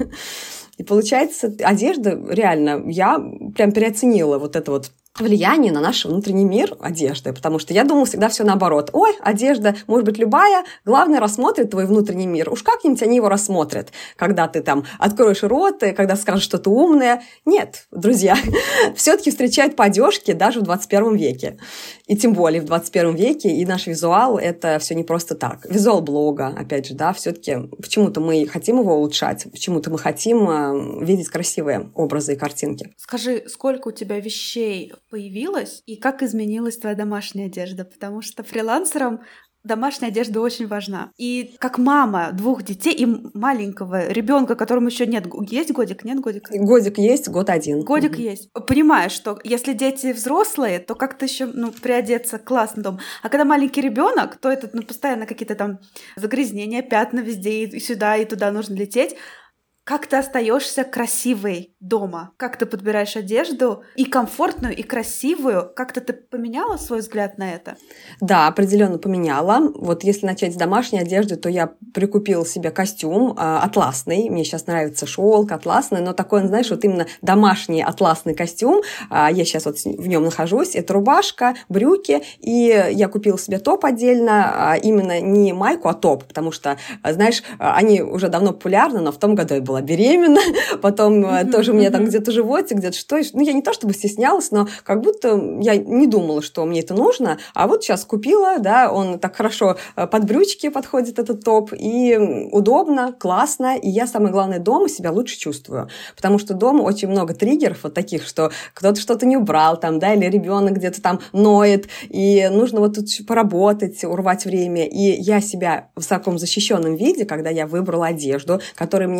И получается, одежда, реально, я прям переоценила вот это вот влияние на наш внутренний мир одежды, потому что я думала всегда все наоборот. Ой, одежда может быть любая, главное рассмотрит твой внутренний мир. Уж как-нибудь они его рассмотрят, когда ты там откроешь рот, и когда скажешь что-то умное. Нет, друзья, все-таки встречают по одежке даже в двадцать первом веке. И тем более в двадцать первом веке, и наш визуал – это все не просто так. Визуал блога, опять же, да, все-таки почему-то мы хотим его улучшать, почему-то мы хотим видеть красивые образы и картинки. Скажи, сколько у тебя вещей появилось, и как изменилась твоя домашняя одежда? Потому что фрилансерам домашняя одежда очень важна. И как мама двух детей и маленького ребенка, которому еще нет, есть годик, нет годика? Годик есть, год один. Годик угу. есть. Понимаешь, что если дети взрослые, то как-то еще ну, приодеться классно дома. А когда маленький ребенок, то это ну, постоянно какие-то там загрязнения, пятна везде, и сюда, и туда нужно лететь. Как ты остаешься красивой дома? Как ты подбираешь одежду и комфортную, и красивую? Как-то ты поменяла свой взгляд на это? Да, определенно поменяла. Вот если начать с домашней одежды, то я прикупила себе костюм э, атласный. Мне сейчас нравится шелк атласный, но такой, знаешь, вот именно домашний атласный костюм. Э, я сейчас вот в нем нахожусь. Это рубашка, брюки, и я купила себе топ отдельно. Э, именно не майку, а топ, потому что, э, знаешь, они уже давно популярны, но в том году я была беременна, потом mm-hmm. тоже у меня там где-то животик, где-то что. Ну, я не то чтобы стеснялась, но как будто я не думала, что мне это нужно, а вот сейчас купила, да, он так хорошо под брючки подходит, этот топ, и удобно, классно, и я, самое главное, дома себя лучше чувствую, потому что дома очень много триггеров вот таких, что кто-то что-то не убрал там, да, или ребенок где-то там ноет, и нужно вот тут поработать, урвать время, и я себя в таком защищенном виде, когда я выбрала одежду, которая мне, я знаю,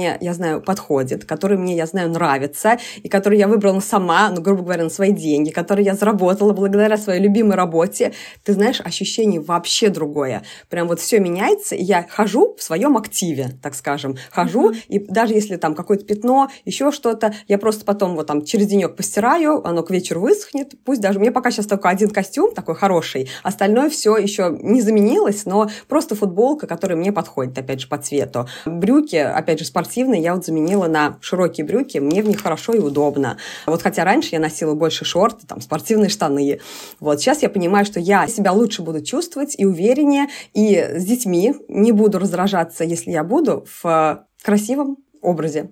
знаю, подходит, который мне, я знаю, нравится, и который я выбрала сама, ну, грубо говоря, на свои деньги, который я заработала благодаря своей любимой работе, ты знаешь, ощущение вообще другое. Прям вот все меняется, и я хожу в своем активе, так скажем. Хожу, mm-hmm. и даже если там какое-то пятно, еще что-то, я просто потом вот там через денек постираю, оно к вечеру высохнет. Пусть даже... Мне пока сейчас только один костюм такой хороший, остальное все еще не заменилось, но просто футболка, которая мне подходит, опять же, по цвету. Брюки, опять же, спортивные, я вот заменила на широкие брюки, мне в них хорошо и удобно. Вот хотя раньше я носила больше шорты, там, спортивные штаны. Вот сейчас я понимаю, что я себя лучше буду чувствовать и увереннее, и с детьми не буду раздражаться, если я буду в красивом образе.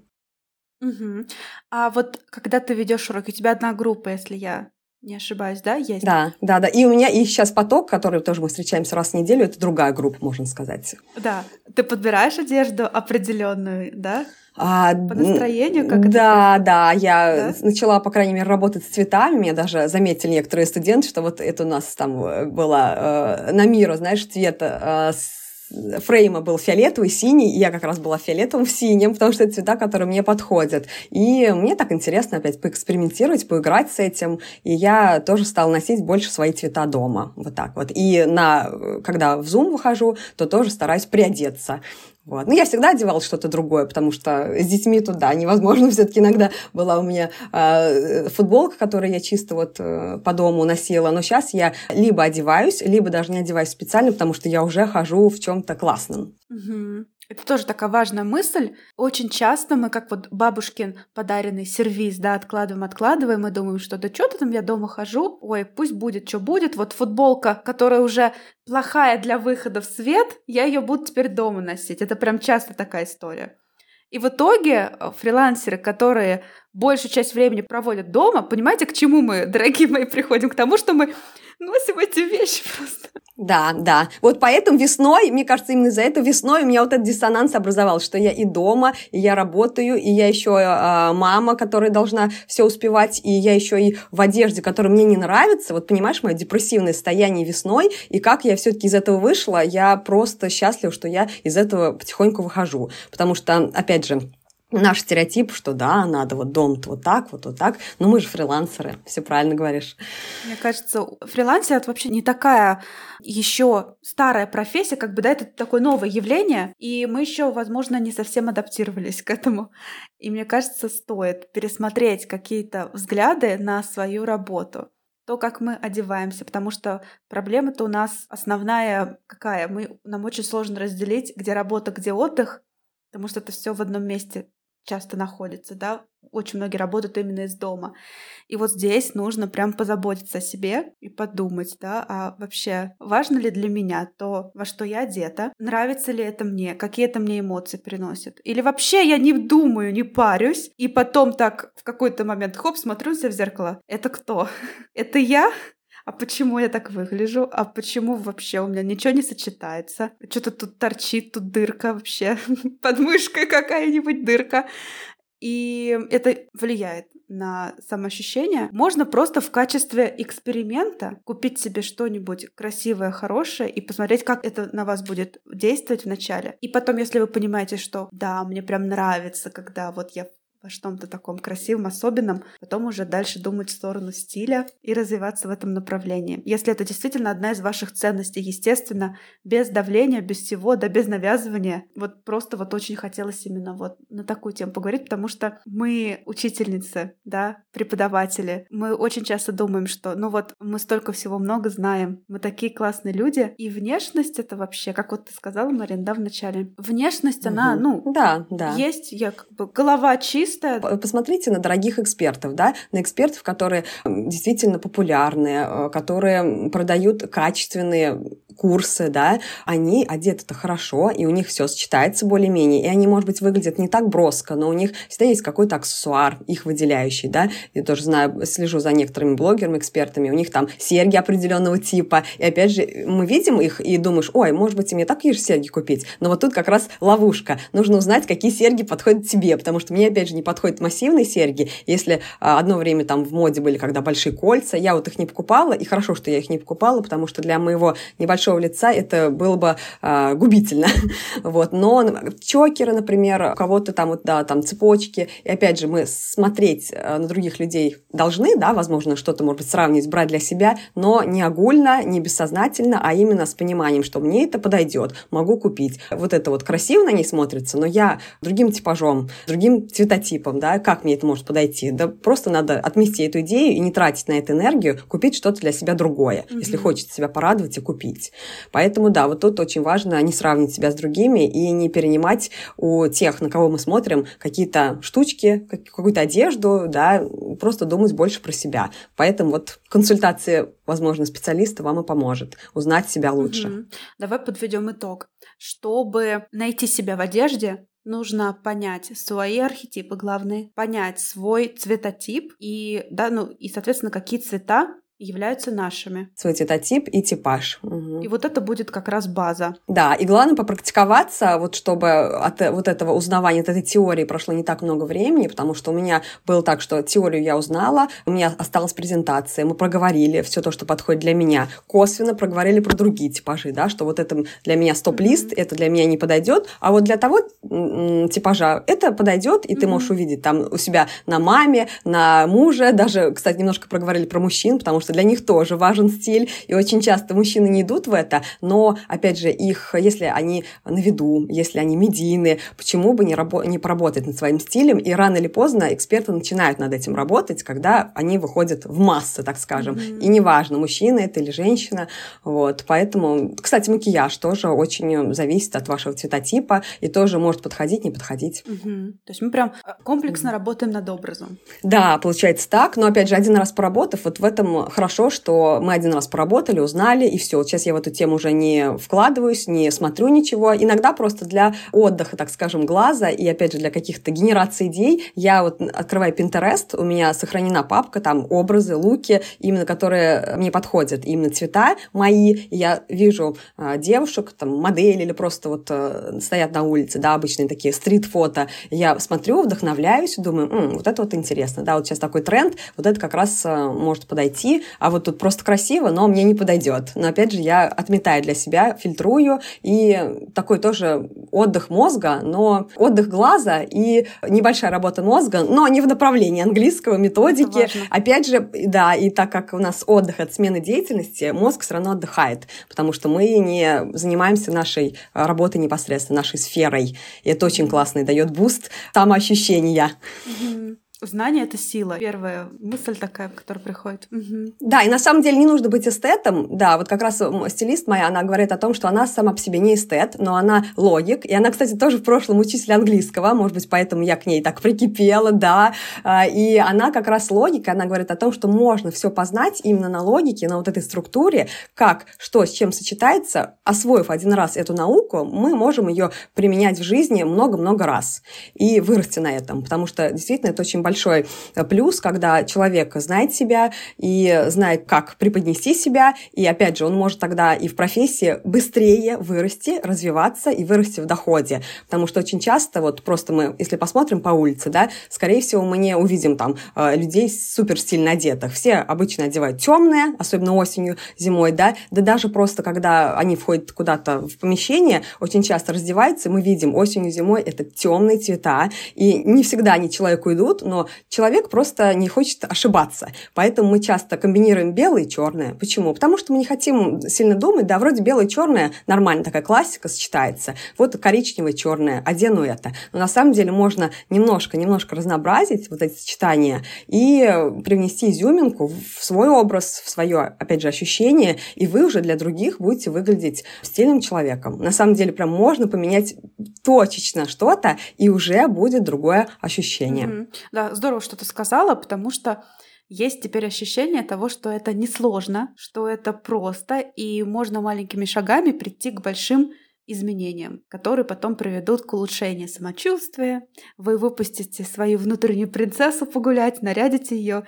Угу. А вот когда ты ведешь уроки, у тебя одна группа, если я не ошибаюсь, да, есть? Да, да, да. И у меня и сейчас поток, который тоже мы встречаемся раз в неделю, это другая группа, можно сказать. Да. Ты подбираешь одежду определенную, да? А, по настроению, как да, это? Да, я да? начала, по крайней мере, работать с цветами. Мне даже заметили некоторые студенты, что вот это у нас там было э, на миру, знаешь, цвет э, с фрейма был фиолетовый, синий, и я как раз была фиолетовым в синем, потому что это цвета, которые мне подходят. И мне так интересно опять поэкспериментировать, поиграть с этим, и я тоже стала носить больше свои цвета дома. Вот так вот. И на, когда в Zoom выхожу, то тоже стараюсь приодеться. Вот. Но я всегда одевала что-то другое, потому что с детьми туда невозможно. Все-таки иногда была у меня э, футболка, которую я чисто вот э, по дому носила. Но сейчас я либо одеваюсь, либо даже не одеваюсь специально, потому что я уже хожу в чем-то классном. Угу. Это тоже такая важная мысль. Очень часто мы, как вот бабушкин подаренный сервиз, да, откладываем, откладываем, и думаем, что да что-то там я дома хожу, ой, пусть будет, что будет. Вот футболка, которая уже плохая для выхода в свет, я ее буду теперь дома носить. Это прям часто такая история. И в итоге фрилансеры, которые большую часть времени проводят дома, понимаете, к чему мы, дорогие мои, приходим? К тому, что мы носим эти вещи просто. Да, да. Вот поэтому весной, мне кажется, именно из-за этого весной у меня вот этот диссонанс образовался, что я и дома, и я работаю, и я еще э, мама, которая должна все успевать, и я еще и в одежде, которая мне не нравится. Вот понимаешь, мое депрессивное состояние весной, и как я все-таки из этого вышла, я просто счастлива, что я из этого потихоньку выхожу. Потому что, опять же, наш стереотип, что да, надо вот дом-то вот так, вот, вот так. Но мы же фрилансеры, все правильно говоришь. Мне кажется, фрилансер — это вообще не такая еще старая профессия, как бы, да, это такое новое явление, и мы еще, возможно, не совсем адаптировались к этому. И мне кажется, стоит пересмотреть какие-то взгляды на свою работу, то, как мы одеваемся, потому что проблема-то у нас основная какая? Мы, нам очень сложно разделить, где работа, где отдых, потому что это все в одном месте часто находится, да, очень многие работают именно из дома. И вот здесь нужно прям позаботиться о себе и подумать, да, а вообще важно ли для меня то, во что я одета, нравится ли это мне, какие это мне эмоции приносят. Или вообще я не думаю, не парюсь, и потом так в какой-то момент, хоп, смотрю себя в зеркало. Это кто? Это я? А почему я так выгляжу? А почему вообще у меня ничего не сочетается? Что-то тут торчит, тут дырка вообще. Под мышкой какая-нибудь дырка. И это влияет на самоощущение. Можно просто в качестве эксперимента купить себе что-нибудь красивое, хорошее и посмотреть, как это на вас будет действовать вначале. И потом, если вы понимаете, что да, мне прям нравится, когда вот я во что-то таком красивом, особенном, потом уже дальше думать в сторону стиля и развиваться в этом направлении. Если это действительно одна из ваших ценностей, естественно, без давления, без всего, да без навязывания. Вот просто вот очень хотелось именно вот на такую тему поговорить, потому что мы учительницы, да, преподаватели, мы очень часто думаем, что ну вот мы столько всего много знаем, мы такие классные люди, и внешность — это вообще, как вот ты сказала, Марин, да, в начале, внешность, угу. она, ну, да, да. есть, я как бы, голова чистая. Посмотрите на дорогих экспертов, да, на экспертов, которые действительно популярные, которые продают качественные курсы, да, они одеты-то хорошо, и у них все сочетается более-менее, и они, может быть, выглядят не так броско, но у них всегда есть какой-то аксессуар, их выделяющий, да. Я тоже знаю, слежу за некоторыми блогерами, экспертами, у них там серьги определенного типа, и опять же, мы видим их и думаешь, ой, может быть, и мне такие же серьги купить, но вот тут как раз ловушка, нужно узнать, какие серьги подходят тебе, потому что мне, опять же, не подходят массивные серьги, если одно время там в моде были, когда большие кольца, я вот их не покупала, и хорошо, что я их не покупала, потому что для моего небольшого большого лица это было бы э, губительно. Вот. Но чокеры, например, у кого-то там, вот, да, там цепочки. И опять же, мы смотреть на других людей должны, да, возможно, что-то, может быть, сравнивать, брать для себя, но не огульно, не бессознательно, а именно с пониманием, что мне это подойдет, могу купить. Вот это вот красиво на ней смотрится, но я другим типажом, другим цветотипом, да, как мне это может подойти? Да просто надо отмести эту идею и не тратить на это энергию, купить что-то для себя другое, mm-hmm. если хочется себя порадовать и купить. Поэтому, да, вот тут очень важно не сравнивать себя с другими и не перенимать у тех, на кого мы смотрим, какие-то штучки, какую-то одежду, да, просто думать больше про себя. Поэтому вот консультация, возможно, специалиста вам и поможет узнать себя лучше. Mm-hmm. Давай подведем итог. Чтобы найти себя в одежде, нужно понять свои архетипы главные, понять свой цветотип и, да, ну, и, соответственно, какие цвета являются нашими. Свой цветотип и типаж. Угу. И вот это будет как раз база. Да, и главное попрактиковаться, вот чтобы от вот этого узнавания, от этой теории прошло не так много времени, потому что у меня было так, что теорию я узнала, у меня осталась презентация, мы проговорили все то, что подходит для меня, косвенно проговорили про другие типажи, да, что вот это для меня стоп-лист, mm-hmm. это для меня не подойдет, а вот для того типажа это подойдет, и mm-hmm. ты можешь увидеть там у себя на маме, на муже, даже, кстати, немножко проговорили про мужчин, потому что для них тоже важен стиль, и очень часто мужчины не идут в это, но, опять же, их, если они на виду, если они медийные, почему бы не, рабо- не поработать над своим стилем, и рано или поздно эксперты начинают над этим работать, когда они выходят в массы, так скажем, mm-hmm. и неважно, мужчина это или женщина, вот, поэтому, кстати, макияж тоже очень зависит от вашего цветотипа, и тоже может подходить, не подходить. Mm-hmm. То есть мы прям комплексно mm-hmm. работаем над образом. Да, получается так, но, опять же, один раз поработав, вот в этом хорошо, что мы один раз поработали, узнали, и все. Вот сейчас я в эту тему уже не вкладываюсь, не смотрю ничего. Иногда просто для отдыха, так скажем, глаза, и, опять же, для каких-то генераций идей, я вот открываю Pinterest, у меня сохранена папка, там образы, луки, именно которые мне подходят, именно цвета мои. И я вижу а, девушек, там, модели или просто вот а, стоят на улице, да, обычные такие стрит-фото. Я смотрю, вдохновляюсь, думаю, М, вот это вот интересно, да, вот сейчас такой тренд, вот это как раз а, может подойти, а вот тут просто красиво, но мне не подойдет. Но, опять же, я отметаю для себя, фильтрую, и такой тоже отдых мозга, но отдых глаза и небольшая работа мозга, но не в направлении английского, методики. Опять же, да, и так как у нас отдых от смены деятельности, мозг все равно отдыхает, потому что мы не занимаемся нашей работой непосредственно, нашей сферой. И это очень классно и дает буст самоощущения. Mm-hmm. Знание — это сила. Первая мысль такая, которая приходит. Угу. Да, и на самом деле не нужно быть эстетом. Да, вот как раз стилист моя, она говорит о том, что она сама по себе не эстет, но она логик. И она, кстати, тоже в прошлом учитель английского, может быть, поэтому я к ней так прикипела, да. И она как раз логика, она говорит о том, что можно все познать именно на логике, на вот этой структуре, как, что с чем сочетается. Освоив один раз эту науку, мы можем ее применять в жизни много-много раз и вырасти на этом, потому что действительно это очень большой плюс, когда человек знает себя и знает, как преподнести себя, и, опять же, он может тогда и в профессии быстрее вырасти, развиваться и вырасти в доходе, потому что очень часто, вот просто мы, если посмотрим по улице, да, скорее всего, мы не увидим там людей супер стильно одетых. Все обычно одевают темное, особенно осенью, зимой, да, да даже просто, когда они входят куда-то в помещение, очень часто раздеваются, мы видим осенью, зимой это темные цвета, и не всегда они человеку идут, но человек просто не хочет ошибаться. Поэтому мы часто комбинируем белое и черное. Почему? Потому что мы не хотим сильно думать, да, вроде белое и черное, нормально такая классика сочетается. Вот коричневое, черное, одену это. Но на самом деле можно немножко-немножко разнообразить вот эти сочетания и привнести изюминку в свой образ, в свое, опять же, ощущение, и вы уже для других будете выглядеть стильным человеком. На самом деле прям можно поменять точечно что-то, и уже будет другое ощущение. Mm-hmm. Да, здорово, что ты сказала, потому что есть теперь ощущение того, что это несложно, что это просто, и можно маленькими шагами прийти к большим изменениям, которые потом приведут к улучшению самочувствия. Вы выпустите свою внутреннюю принцессу погулять, нарядите ее,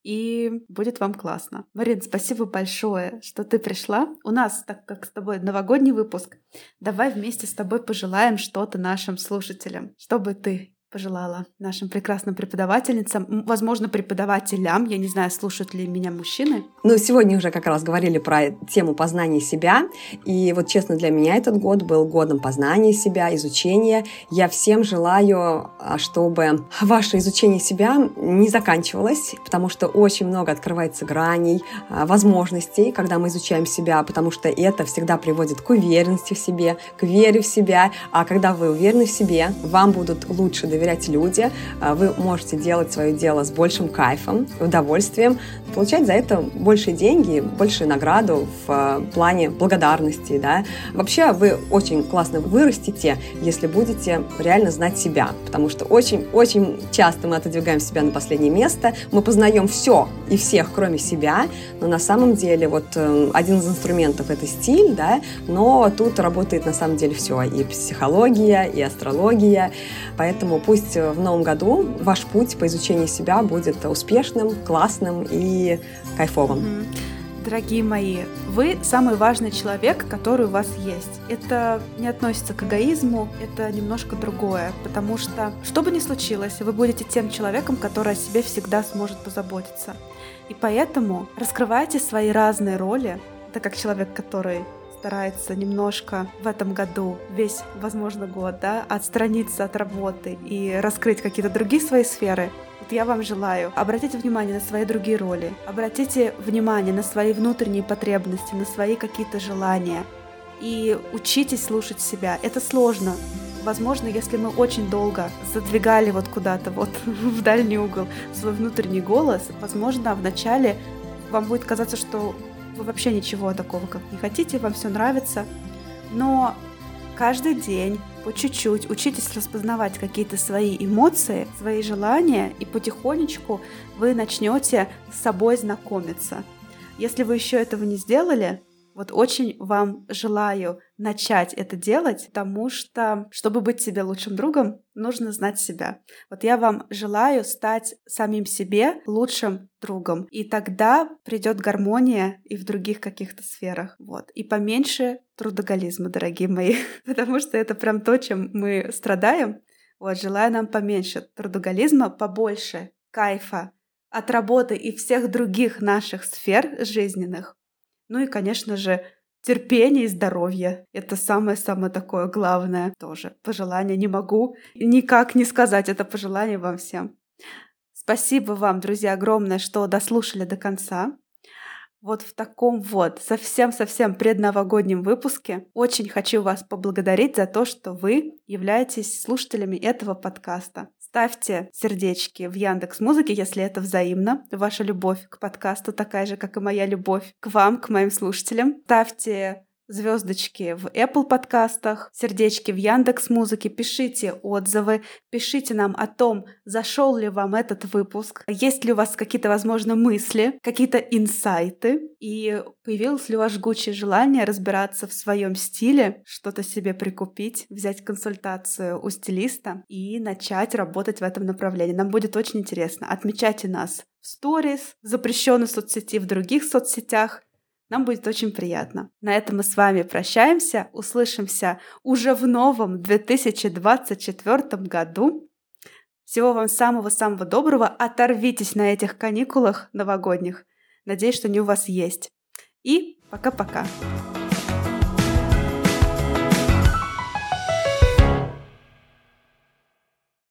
и будет вам классно. Марин, спасибо большое, что ты пришла. У нас, так как с тобой новогодний выпуск, давай вместе с тобой пожелаем что-то нашим слушателям. Что бы ты пожелала нашим прекрасным преподавательницам, возможно, преподавателям, я не знаю, слушают ли меня мужчины. Ну, сегодня уже как раз говорили про тему познания себя, и вот честно, для меня этот год был годом познания себя, изучения. Я всем желаю, чтобы ваше изучение себя не заканчивалось, потому что очень много открывается граней, возможностей, когда мы изучаем себя, потому что это всегда приводит к уверенности в себе, к вере в себя, а когда вы уверены в себе, вам будут лучше доверять люди, вы можете делать свое дело с большим кайфом, удовольствием, получать за это больше деньги, большую награду в плане благодарности. Да? Вообще вы очень классно вырастете, если будете реально знать себя, потому что очень-очень часто мы отодвигаем себя на последнее место, мы познаем все и всех, кроме себя, но на самом деле вот один из инструментов — это стиль, да? Но тут работает на самом деле все, и психология, и астрология, поэтому пусть в новом году ваш путь по изучению себя будет успешным, классным и кайфовым. Mm-hmm. Дорогие мои, вы самый важный человек, который у вас есть. Это не относится к эгоизму, это немножко другое, потому что, что бы ни случилось, вы будете тем человеком, который о себе всегда сможет позаботиться. И поэтому раскрывайте свои разные роли, так как человек, который старается немножко в этом году, весь, возможно, год, да, отстраниться от работы и раскрыть какие-то другие свои сферы. Вот я вам желаю, обратите внимание на свои другие роли, обратите внимание на свои внутренние потребности, на свои какие-то желания и учитесь слушать себя. Это сложно. Возможно, если мы очень долго задвигали вот куда-то вот в дальний угол свой внутренний голос, возможно, вначале вам будет казаться, что вы вообще ничего такого как не хотите, вам все нравится, но каждый день по чуть-чуть учитесь распознавать какие-то свои эмоции, свои желания, и потихонечку вы начнете с собой знакомиться. Если вы еще этого не сделали, вот очень вам желаю начать это делать, потому что, чтобы быть себе лучшим другом, нужно знать себя. Вот я вам желаю стать самим себе лучшим другом, и тогда придет гармония и в других каких-то сферах. Вот. И поменьше трудоголизма, дорогие мои, потому что это прям то, чем мы страдаем. Вот, желаю нам поменьше трудоголизма, побольше кайфа от работы и всех других наших сфер жизненных. Ну и, конечно же, терпение и здоровье. Это самое-самое такое главное тоже. Пожелание не могу никак не сказать. Это пожелание вам всем. Спасибо вам, друзья, огромное, что дослушали до конца. Вот в таком вот совсем-совсем предновогоднем выпуске очень хочу вас поблагодарить за то, что вы являетесь слушателями этого подкаста. Ставьте сердечки в Яндекс.Музыке, если это взаимно. Ваша любовь к подкасту такая же, как и моя любовь к вам, к моим слушателям. Ставьте звездочки в Apple подкастах, сердечки в Яндекс.Музыке, пишите отзывы, пишите нам о том, зашел ли вам этот выпуск, есть ли у вас какие-то, возможно, мысли, какие-то инсайты, и появилось ли у вас жгучее желание разбираться в своем стиле, что-то себе прикупить, взять консультацию у стилиста и начать работать в этом направлении. Нам будет очень интересно. Отмечайте нас в сторис, в запрещенной соцсети, в других соцсетях. Нам будет очень приятно. На этом мы с вами прощаемся. Услышимся уже в новом две тысячи двадцать четвёртом году. Всего вам самого-самого доброго. Оторвитесь на этих каникулах новогодних. Надеюсь, что они у вас есть. И пока-пока.